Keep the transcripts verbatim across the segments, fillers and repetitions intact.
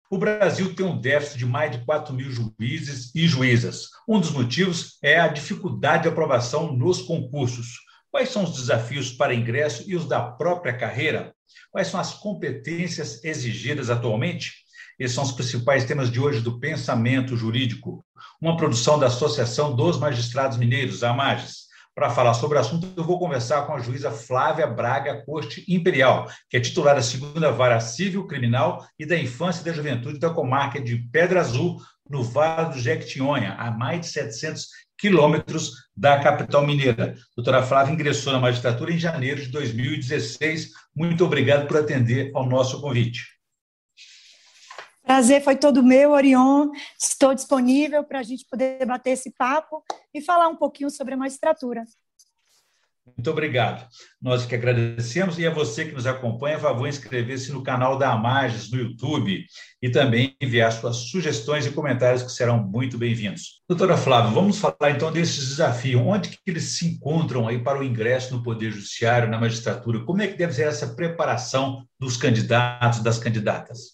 O Brasil tem um déficit de mais de quatro mil juízes e juízas. Um dos motivos é a dificuldade de aprovação nos concursos. Quais são os desafios para ingresso e os da própria carreira? Quais são as competências exigidas atualmente? Esses são os principais temas de hoje do Pensamento Jurídico, uma produção da Associação dos Magistrados Mineiros, a AMAGES. Para falar sobre o assunto, eu vou conversar com a juíza Flávia Braga Corte Imperial, que é titular da segunda Vara Civil Criminal e da Infância e da Juventude da comarca de Pedra Azul, no Vale do Jequitinhonha, a mais de setecentos quilômetros da capital mineira. Doutora Flávia ingressou na magistratura em janeiro de dois mil e dezesseis. Muito obrigado por atender ao nosso convite. Prazer foi todo meu, Orion. Estou disponível para a gente poder bater esse papo e falar um pouquinho sobre a magistratura. Muito obrigado. Nós que agradecemos, e a você que nos acompanha, por favor, inscrever-se no canal da AMAGES no YouTube e também enviar suas sugestões e comentários que serão muito bem-vindos. Doutora Flávia, vamos falar então desses desafios. Onde que eles se encontram aí para o ingresso no Poder Judiciário, na magistratura? Como é que deve ser essa preparação dos candidatos, das candidatas?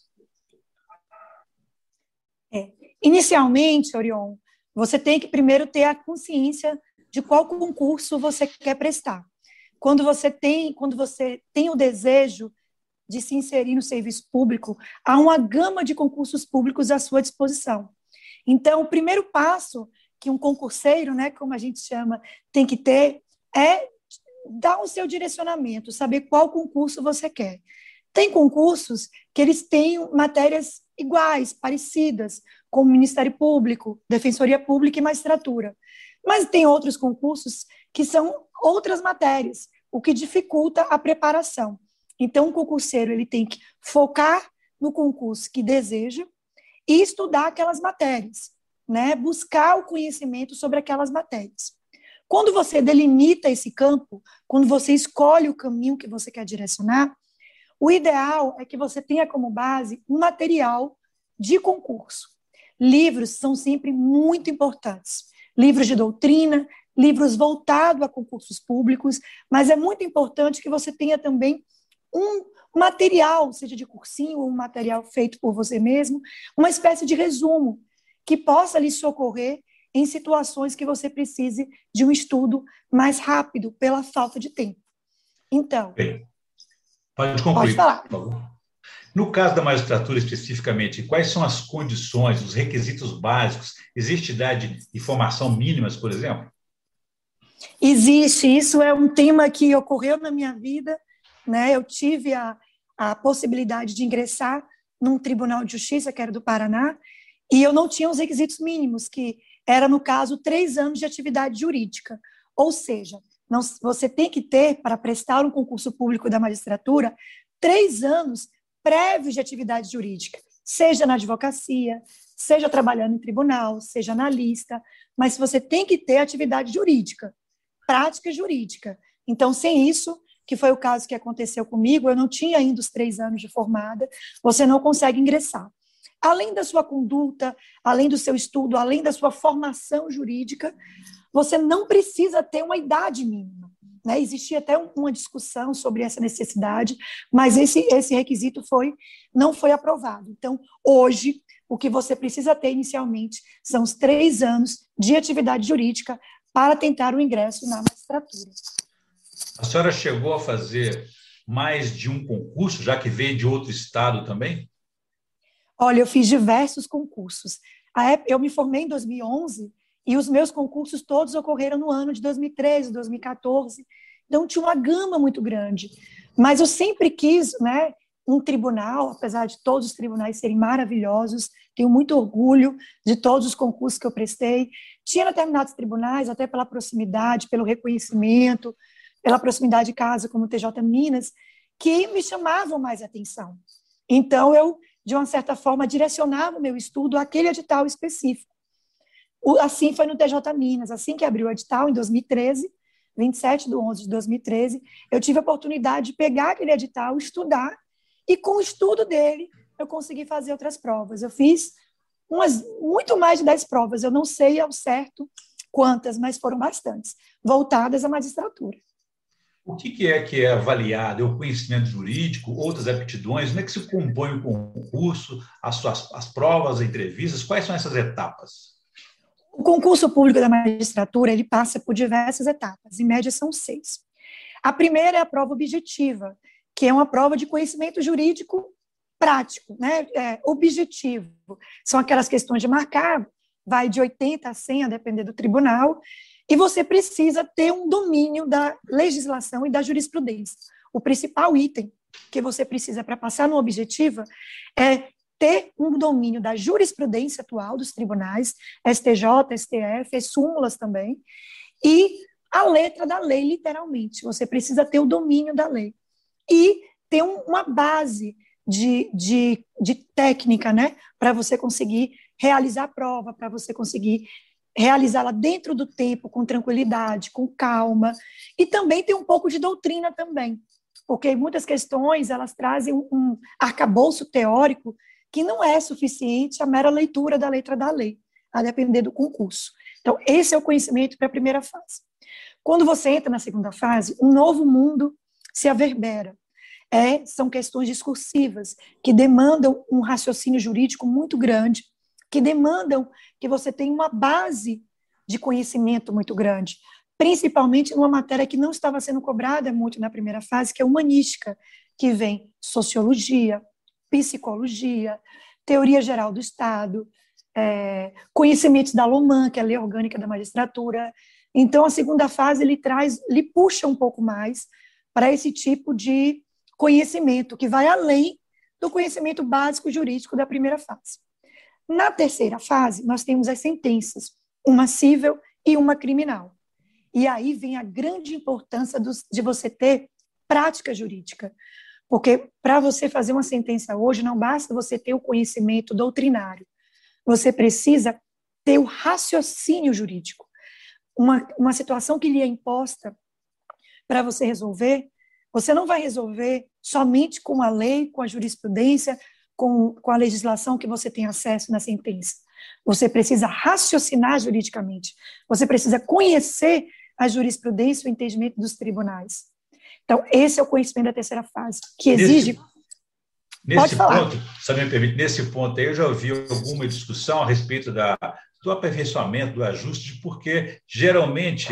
É. Inicialmente, Orion, você tem que primeiro ter a consciência de qual concurso você quer prestar. Quando você tem, quando você tem o desejo de se inserir no serviço público, há uma gama de concursos públicos à sua disposição. Então, o primeiro passo que um concurseiro, né, como a gente chama, tem que ter é dar o seu direcionamento, saber qual concurso você quer. Tem concursos que eles têm matérias iguais, parecidas, como Ministério Público, Defensoria Pública e Magistratura. Mas tem outros concursos que são outras matérias, o que dificulta a preparação. Então, o concurseiro ele tem que focar no concurso que deseja e estudar aquelas matérias, né? Buscar o conhecimento sobre aquelas matérias. Quando você delimita esse campo, quando você escolhe o caminho que você quer direcionar, o ideal é que você tenha como base um material de concurso. Livros são sempre muito importantes. Livros de doutrina, livros voltados a concursos públicos, mas é muito importante que você tenha também um material, seja de cursinho ou um material feito por você mesmo, uma espécie de resumo que possa lhe socorrer em situações que você precise de um estudo mais rápido pela falta de tempo. Então... Bem. Pode concluir, Pode falar. por favor. No caso da magistratura especificamente, quais são as condições, os requisitos básicos? Existe idade e formação mínimas, por exemplo? Existe. Isso é um tema que ocorreu na minha vida, né? Eu tive a, a possibilidade de ingressar num tribunal de justiça, que era do Paraná, e eu não tinha os requisitos mínimos, que era, no caso, três anos de atividade jurídica. Ou seja, não, você tem que ter, para prestar um concurso público da magistratura, três anos prévios de atividade jurídica, seja na advocacia, seja trabalhando em tribunal, seja analista, mas você tem que ter atividade jurídica, prática jurídica. Então, sem isso, que foi o caso que aconteceu comigo, eu não tinha ainda os três anos de formada, você não consegue ingressar. Além da sua conduta, além do seu estudo, além da sua formação jurídica, você não precisa ter uma idade mínima, né? Existia até uma discussão sobre essa necessidade, mas esse, esse requisito foi, não foi aprovado. Então, hoje, o que você precisa ter inicialmente são os três anos de atividade jurídica para tentar o ingresso na magistratura. A senhora chegou a fazer mais de um concurso, já que veio de outro estado também? Olha, eu fiz diversos concursos. Eu me formei em dois mil e onze, e os meus concursos todos ocorreram no ano de dois mil e treze, dois mil e quatorze. Então, tinha uma gama muito grande. Mas eu sempre quis, né, um tribunal, apesar de todos os tribunais serem maravilhosos, tenho muito orgulho de todos os concursos que eu prestei. Tinha determinados tribunais, até pela proximidade, pelo reconhecimento, pela proximidade de casa, como o T J Minas, que me chamavam mais atenção. Então, eu, de uma certa forma, direcionava o meu estudo àquele edital específico. Assim foi no T J Minas, assim que abriu o edital, em dois mil e treze, vinte e sete de onze de dois mil e treze, eu tive a oportunidade de pegar aquele edital, estudar, e com o estudo dele, eu consegui fazer outras provas. Eu fiz umas, muito mais de dez provas, eu não sei ao certo quantas, mas foram bastantes, voltadas à magistratura. O que que é que é avaliado? É o conhecimento jurídico, outras aptidões? Como é que se compõe o concurso, as suas as provas, as entrevistas? Quais são essas etapas? O concurso público da magistratura, ele passa por diversas etapas, em média são seis. A primeira é a prova objetiva, que é uma prova de conhecimento jurídico prático, né? É, objetivo. São aquelas questões de marcar, vai de oitenta a cem, a depender do tribunal, e você precisa ter um domínio da legislação e da jurisprudência. O principal item que você precisa para passar no objetivo é ter um domínio da jurisprudência atual dos tribunais, S T J, S T F, as súmulas também, e a letra da lei, literalmente. Você precisa ter o domínio da lei. E ter um, uma base de, de, de técnica, né, para você conseguir realizar a prova, para você conseguir realizá-la dentro do tempo, com tranquilidade, com calma, e também tem um pouco de doutrina também, porque muitas questões, elas trazem um, um arcabouço teórico que não é suficiente a mera leitura da letra da lei, a depender do concurso. Então, esse é o conhecimento para a primeira fase. Quando você entra na segunda fase, um novo mundo se averbera. É, são questões discursivas que demandam um raciocínio jurídico muito grande, que demandam que você tenha uma base de conhecimento muito grande, principalmente numa matéria que não estava sendo cobrada muito na primeira fase, que é humanística, que vem sociologia, psicologia, teoria geral do Estado, é, conhecimentos da LOMAN, que é a Lei Orgânica da Magistratura. Então, a segunda fase, ele traz, ele puxa um pouco mais para esse tipo de conhecimento, que vai além do conhecimento básico jurídico da primeira fase. Na terceira fase, nós temos as sentenças, uma cível e uma criminal. E aí vem a grande importância dos, de você ter prática jurídica, porque para você fazer uma sentença hoje, não basta você ter o conhecimento doutrinário, você precisa ter o raciocínio jurídico. Uma, uma situação que lhe é imposta para você resolver, você não vai resolver somente com a lei, com a jurisprudência, com, com a legislação que você tem acesso na sentença. Você precisa raciocinar juridicamente. Você precisa conhecer a jurisprudência e o entendimento dos tribunais. Então, esse é o conhecimento da terceira fase, que exige... Nesse, nesse ponto, se me permite, nesse ponto aí, eu já ouvi alguma discussão a respeito da, do aperfeiçoamento, do ajuste, porque, geralmente,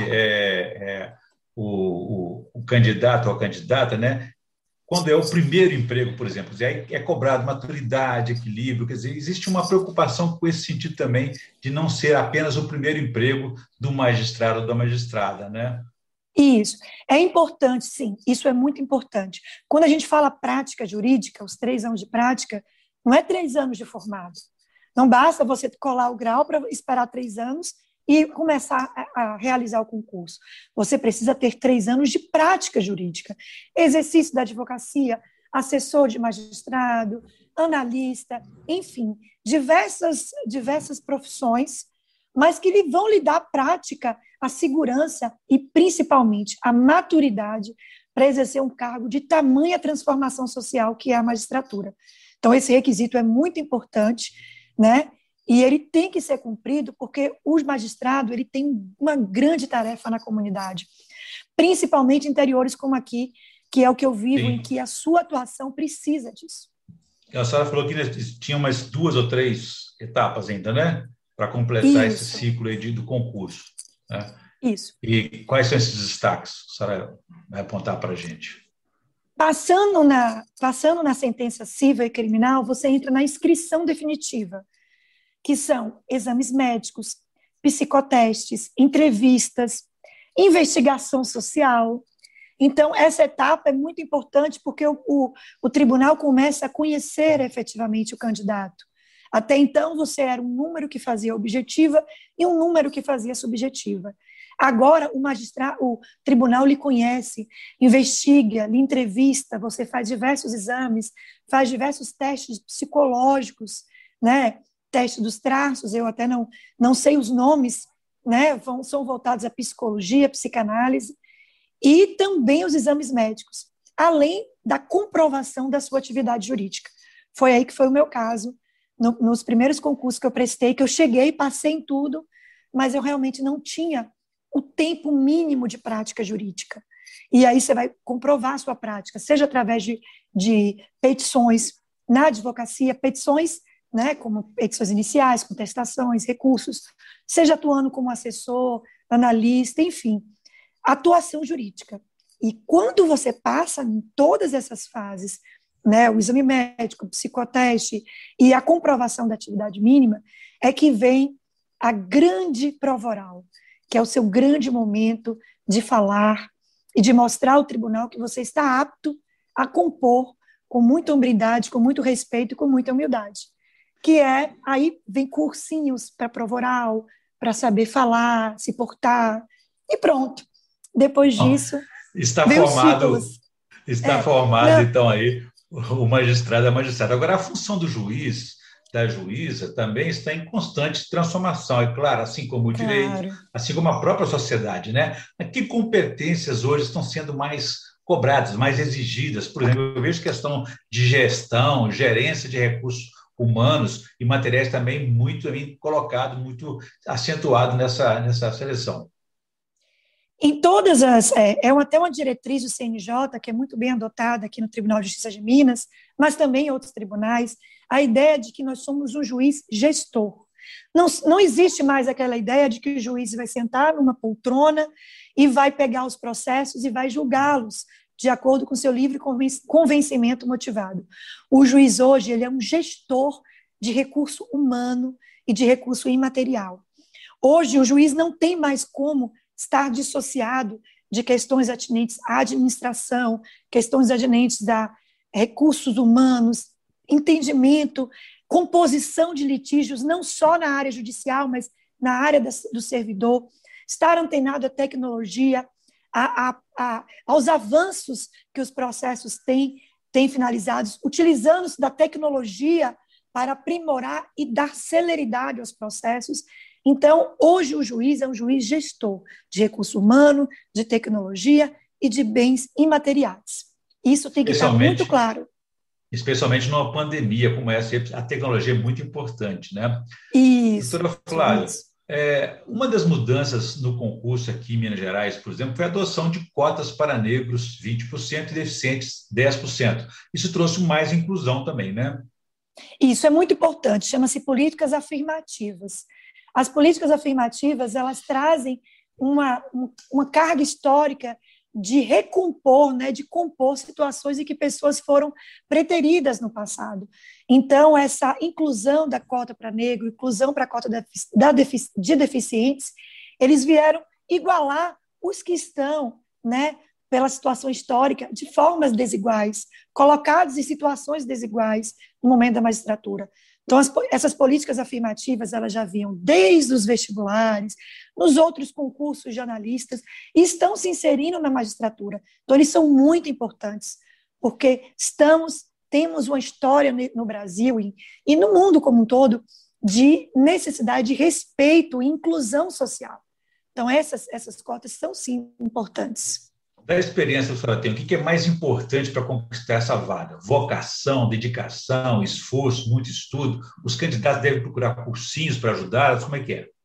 é, é, o, o, o candidato ou a candidata, né, quando é o primeiro emprego, por exemplo, aí é cobrado maturidade, equilíbrio, quer dizer, existe uma preocupação com esse sentido também, de não ser apenas o primeiro emprego do magistrado ou da magistrada, né? Isso. É importante, sim. Isso é muito importante. Quando a gente fala prática jurídica, os três anos de prática, não é três anos de formado. Não basta você colar o grau para esperar três anos e começar a, a realizar o concurso. Você precisa ter três anos de prática jurídica. Exercício da advocacia, assessor de magistrado, analista, enfim, diversas, diversas profissões, mas que lhe vão lhe dar prática, a segurança e, principalmente, a maturidade para exercer um cargo de tamanha transformação social que é a magistratura. Então, esse requisito é muito importante, né? E ele tem que ser cumprido porque o magistrado ele tem uma grande tarefa na comunidade, principalmente interiores como aqui, que é o que eu vivo, Sim. em que a sua atuação precisa disso. A senhora falou que tinha umas duas ou três etapas ainda, né? Para completar Isso. esse ciclo aí de, do concurso. Né? Isso. E quais são esses destaques? A senhora vai apontar para a gente. Passando na, passando na sentença civil e criminal, você entra na inscrição definitiva, que são exames médicos, psicotestes, entrevistas, investigação social. Então, essa etapa é muito importante porque o, o, o tribunal começa a conhecer efetivamente o candidato. Até então, você era um número que fazia objetiva e um número que fazia subjetiva. Agora, o magistrado, o tribunal lhe conhece, investiga, lhe entrevista, você faz diversos exames, faz diversos testes psicológicos, né? Teste dos traços, eu até não, não sei os nomes, né? Vão, são voltados à psicologia, psicanálise, e também os exames médicos, além da comprovação da sua atividade jurídica. Foi aí que foi o meu caso, no, nos primeiros concursos que eu prestei, que eu cheguei, passei em tudo, mas eu realmente não tinha o tempo mínimo de prática jurídica. E aí você vai comprovar a sua prática, seja através de, de petições na advocacia, petições, né, como petições iniciais, contestações, recursos, seja atuando como assessor, analista, enfim, atuação jurídica. E quando você passa em todas essas fases, né, o exame médico, o psicoteste e a comprovação da atividade mínima, é que vem a grande prova oral, que é o seu grande momento de falar e de mostrar ao tribunal que você está apto a compor com muita hombridade, com muito respeito e com muita humildade. Que é, aí vem cursinhos para prova oral, para saber falar, se portar, e pronto. Depois disso, está vem os formado, títulos. está É, formado, não, então, aí, o magistrado e a magistrada. Agora, a função do juiz, da juíza, também está em constante transformação, é claro, assim como o direito, claro. assim como a própria sociedade, né? Que competências hoje estão sendo mais cobradas, mais exigidas? Por exemplo, eu vejo questão de gestão, gerência de recursos humanos e materiais também muito bem colocado, muito acentuado nessa, nessa seleção. Em todas as. É, é até uma diretriz do C N J, que é muito bem adotada aqui no Tribunal de Justiça de Minas, mas também em outros tribunais, a ideia de que nós somos um juiz gestor. Não, não existe mais aquela ideia de que o juiz vai sentar numa poltrona e vai pegar os processos e vai julgá-los de acordo com seu livre convencimento motivado. O juiz hoje ele é um gestor de recurso humano e de recurso imaterial. Hoje, o juiz não tem mais como estar dissociado de questões atinentes à administração, questões atinentes a recursos humanos, entendimento, composição de litígios, não só na área judicial, mas na área do servidor, estar antenado à tecnologia, a, a, a, aos avanços que os processos têm, têm finalizados, utilizando-se da tecnologia para aprimorar e dar celeridade aos processos. Então, hoje o juiz é um juiz gestor de recurso humano, de tecnologia e de bens imateriais. Isso tem que estar muito claro. Especialmente numa pandemia como essa, a tecnologia é muito importante, né? Isso. Doutora Flávia, é, uma das mudanças no concurso aqui em Minas Gerais, por exemplo, foi a adoção de cotas para negros vinte por cento e deficientes dez por cento. Isso trouxe mais inclusão também, né? Isso é muito importante, chama-se políticas afirmativas. As políticas afirmativas, elas trazem uma, uma carga histórica de recompor, né, de compor situações em que pessoas foram preteridas no passado. Então, essa inclusão da cota para negro, inclusão para a cota da defici- de deficientes, eles vieram igualar os que estão, né, pela situação histórica, de formas desiguais, colocados em situações desiguais no momento da magistratura. Então, as, essas políticas afirmativas, elas já vinham desde os vestibulares, nos outros concursos de analistas, e estão se inserindo na magistratura. Então, eles são muito importantes, porque estamos, temos uma história no Brasil e, e no mundo como um todo de necessidade de respeito e inclusão social. Então, essas, essas cotas são, sim, importantes. Da experiência que a senhora tem, o que é mais importante para conquistar essa vaga? Vocação, dedicação, esforço, muito estudo? Os candidatos devem procurar cursinhos para ajudar? Como é que é?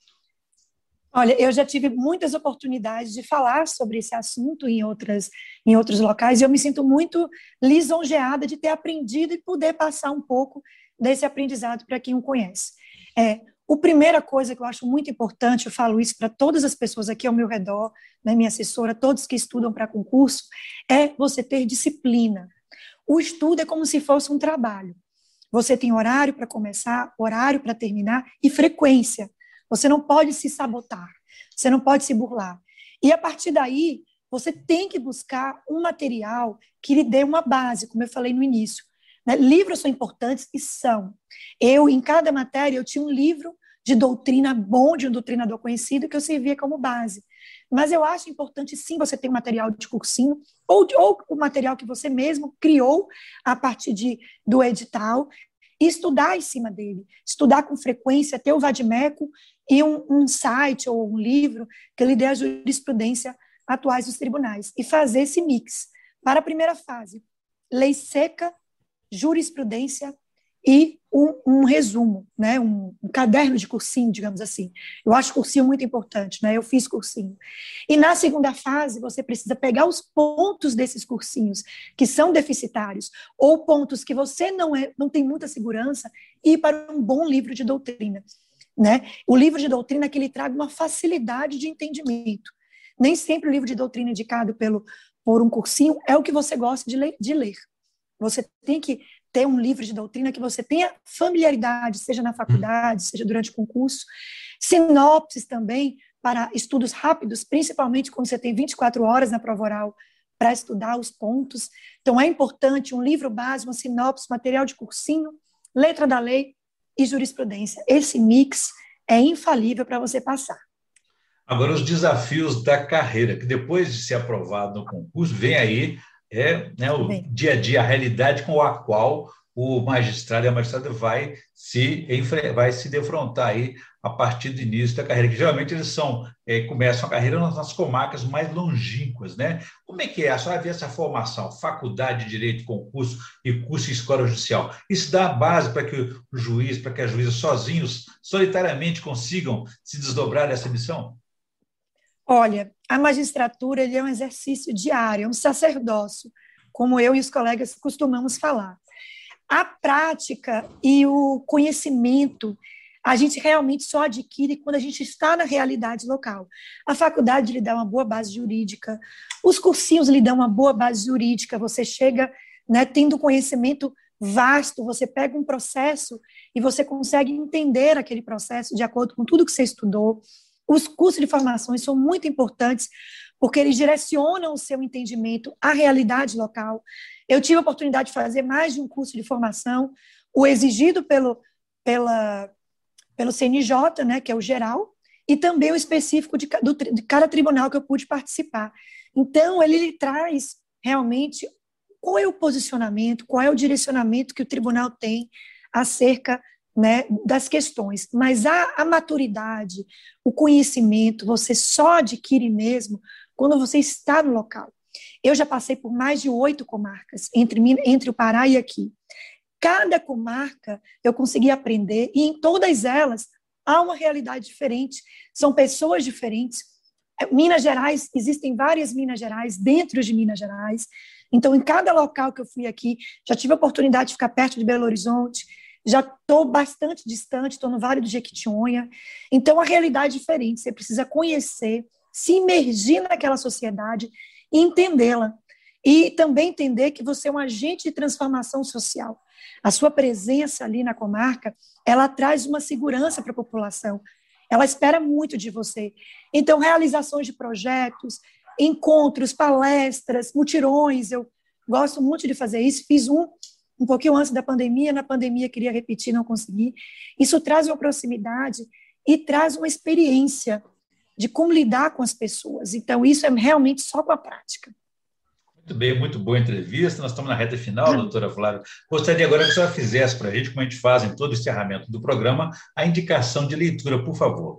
Olha, eu já tive muitas oportunidades de falar sobre esse assunto em, outras, em outros locais e eu me sinto muito lisonjeada de ter aprendido e poder passar um pouco desse aprendizado para quem o conhece. É, a primeira coisa que eu acho muito importante, eu falo isso para todas as pessoas aqui ao meu redor, né, minha assessora, todos que estudam para concurso, é você ter disciplina. O estudo é como se fosse um trabalho. Você tem horário para começar, horário para terminar e frequência. Você não pode se sabotar, você não pode se burlar. E a partir daí, você tem que buscar um material que lhe dê uma base, como eu falei no início. Né? Livros são importantes e são. Eu, em cada matéria, eu tinha um livro de doutrina bom, de um doutrinador conhecido, que eu servia como base. Mas eu acho importante, sim, você ter um material de cursinho, ou, ou o material que você mesmo criou a partir de, do edital, e estudar em cima dele. Estudar com frequência, ter o vadimeco e um, um site ou um livro que lhe dê a jurisprudência atuais dos tribunais. E fazer esse mix. Para a primeira fase, lei seca, jurisprudência e um, um resumo, né? um, um caderno de cursinho, digamos assim. Eu acho cursinho muito importante, né? Eu fiz cursinho. E na segunda fase, você precisa pegar os pontos desses cursinhos que são deficitários, ou pontos que você não, é, não tem muita segurança, e ir para um bom livro de doutrina. Né? O livro de doutrina é que ele traga uma facilidade de entendimento. Nem sempre o livro de doutrina indicado pelo, por um cursinho é o que você gosta de ler, de ler. Você tem que ter um livro de doutrina que você tenha familiaridade, seja na faculdade, seja durante o concurso. Sinopses também para estudos rápidos, principalmente quando você tem vinte e quatro horas na prova oral para estudar os pontos. Então, é importante um livro básico, uma sinopse, material de cursinho, letra da lei e jurisprudência. Esse mix é infalível para você passar. Agora, os desafios da carreira, que depois de ser aprovado no concurso, vem aí é, né, o Bem. dia a dia, a realidade com a qual o magistrado e a magistrada vai se, vai se defrontar aí a partir do início da carreira, que geralmente eles são, é, começam a carreira nas comarcas mais longínquas, né? Como é que é? A senhora vê essa formação, faculdade de direito, concurso e curso em escola judicial? Isso dá a base para que o juiz, para que as juízes sozinhos, solitariamente, consigam se desdobrar dessa missão? Olha, a magistratura ele é um exercício diário, é um sacerdócio, como eu e os colegas costumamos falar. A prática e o conhecimento, a gente realmente só adquire quando a gente está na realidade local. A faculdade lhe dá uma boa base jurídica, os cursinhos lhe dão uma boa base jurídica, você chega, né, tendo conhecimento vasto, você pega um processo e você consegue entender aquele processo de acordo com tudo que você estudou. Os cursos de formações são muito importantes porque eles direcionam o seu entendimento à realidade local. Eu tive a oportunidade de fazer mais de um curso de formação, o exigido pelo, pela, pelo C N J, né, que é o geral, e também o específico de, do, de cada tribunal que eu pude participar. Então, ele, ele traz realmente qual é o posicionamento, qual é o direcionamento que o tribunal tem acerca, né, das questões, mas a, a maturidade, o conhecimento, você só adquire mesmo quando você está no local. Eu já passei por mais de oito comarcas, entre, entre o Pará e aqui. Cada comarca eu consegui aprender, e em todas elas há uma realidade diferente, são pessoas diferentes. Minas Gerais, existem várias Minas Gerais dentro de Minas Gerais, então em cada local que eu fui aqui, já tive a oportunidade de ficar perto de Belo Horizonte, já estou bastante distante, estou no Vale do Jequitinhonha. Então, a realidade é diferente. Você precisa conhecer, se imergir naquela sociedade e entendê-la. E também entender que você é um agente de transformação social. A sua presença ali na comarca, ela traz uma segurança para a população. Ela espera muito de você. Então, realizações de projetos, encontros, palestras, mutirões. Eu gosto muito de fazer isso. Fiz um um pouquinho antes da pandemia, na pandemia queria repetir, não consegui. Isso traz uma proximidade e traz uma experiência de como lidar com as pessoas. Então, isso é realmente só com a prática. Muito bem, muito boa entrevista. Nós estamos na reta final, doutora Flávia. Gostaria agora que a senhora fizesse para a gente, como a gente faz em todo o encerramento do programa, a indicação de leitura, por favor.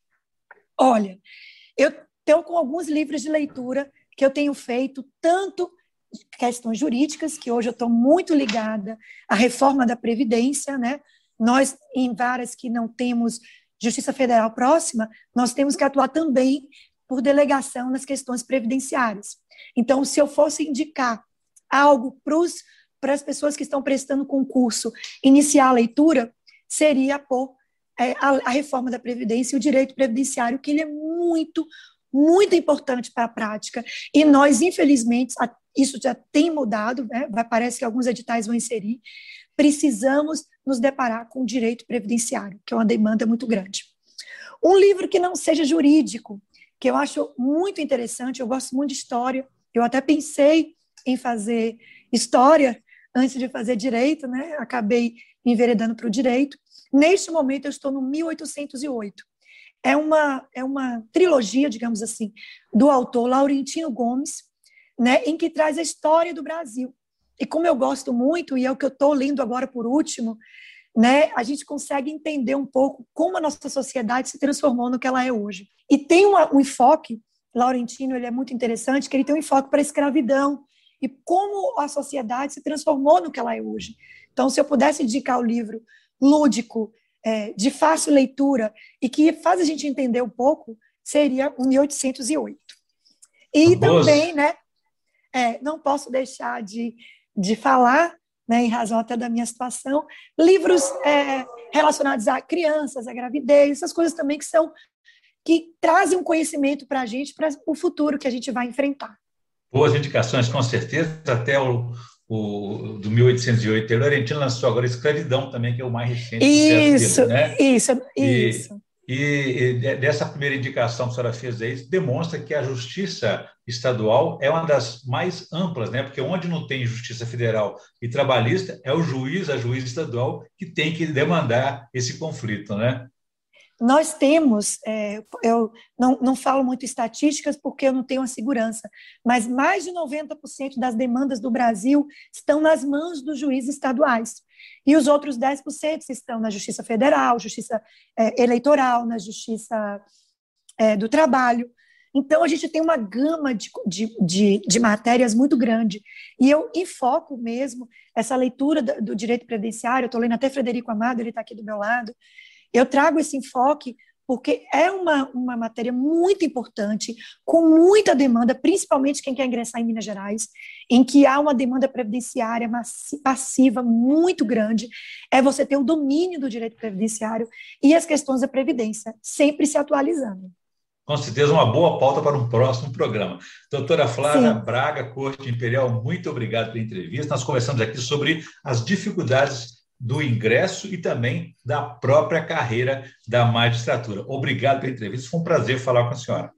Olha, eu estou com alguns livros de leitura que eu tenho feito, tanto questões jurídicas, que hoje eu estou muito ligada à reforma da Previdência, né? Nós, em varas que não temos Justiça Federal próxima, nós temos que atuar também por delegação nas questões previdenciárias. Então, se eu fosse indicar algo para as pessoas que estão prestando concurso iniciar a leitura, seria por é, a, a reforma da Previdência e o direito previdenciário, que ele é muito, muito importante para a prática. E nós, infelizmente, a, isso já tem mudado, né? Parece que alguns editais vão inserir, precisamos nos deparar com o direito previdenciário, que é uma demanda muito grande. Um livro que não seja jurídico, que eu acho muito interessante, eu gosto muito de história, eu até pensei em fazer história antes de fazer direito, né? Acabei me enveredando para o direito. Neste momento, eu estou no mil oitocentos e oito. É uma, é uma trilogia, digamos assim, do autor Laurentino Gomes, né, em que traz a história do Brasil. E como eu gosto muito, e é o que eu estou lendo agora por último, né, a gente consegue entender um pouco como a nossa sociedade se transformou no que ela é hoje. E tem uma, um enfoque, Laurentino, ele é muito interessante, que ele tem um enfoque para a escravidão e como a sociedade se transformou no que ela é hoje. Então, se eu pudesse indicar o livro lúdico, é, de fácil leitura e que faz a gente entender um pouco, seria o mil oitocentos e oito. E Boas. também, né, é, não posso deixar de, de falar, né, em razão até da minha situação, livros é, relacionados a crianças, a gravidez, essas coisas também que são que trazem um conhecimento para a gente, para o futuro que a gente vai enfrentar. Boas indicações, com certeza, até o, o do mil oitocentos e oito. O Laurentino lançou agora Escravidão também, que é o mais recente isso, sucesso dele, né? Isso, e, isso. E, e dessa primeira indicação que a senhora fez aí, demonstra que a justiça estadual é uma das mais amplas, né? Porque onde não tem justiça federal e trabalhista, é o juiz, a juíza estadual, que tem que demandar esse conflito, né? Nós temos, é, eu não, não falo muito estatísticas porque eu não tenho a segurança, mas mais de noventa por cento das demandas do Brasil estão nas mãos dos juízes estaduais. E os outros dez por cento estão na Justiça Federal, Justiça é, Eleitoral, na Justiça é, do Trabalho. Então, a gente tem uma gama de, de, de, de matérias muito grande. E eu enfoco mesmo essa leitura do, do direito previdenciário. Eu estou lendo até Frederico Amado, ele está aqui do meu lado. Eu trago esse enfoque porque é uma, uma matéria muito importante, com muita demanda, principalmente quem quer ingressar em Minas Gerais, em que há uma demanda previdenciária passiva muito grande, é você ter o domínio do direito previdenciário e as questões da previdência, sempre se atualizando. Com certeza, uma boa pauta para um próximo programa. Doutora Flávia Sim. Braga, Corte Imperial, muito obrigado pela entrevista. Nós conversamos aqui sobre as dificuldades do ingresso e também da própria carreira da magistratura. Obrigado pela entrevista, foi um prazer falar com a senhora.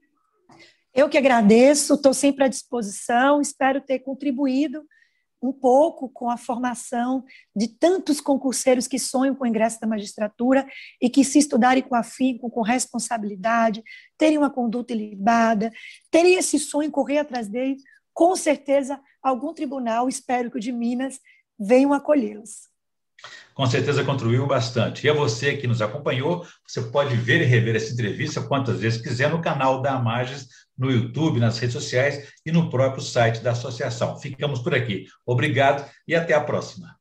Eu que agradeço, estou sempre à disposição, espero ter contribuído um pouco com a formação de tantos concurseiros que sonham com o ingresso da magistratura e que, se estudarem com afinco, com responsabilidade, terem uma conduta ilibada, terem esse sonho, correr atrás dele, com certeza algum tribunal, espero que o de Minas, venham acolhê-los. Com certeza contribuiu bastante. E a você que nos acompanhou, você pode ver e rever essa entrevista quantas vezes quiser no canal da Amages, no YouTube, nas redes sociais e no próprio site da associação. Ficamos por aqui. Obrigado e até a próxima.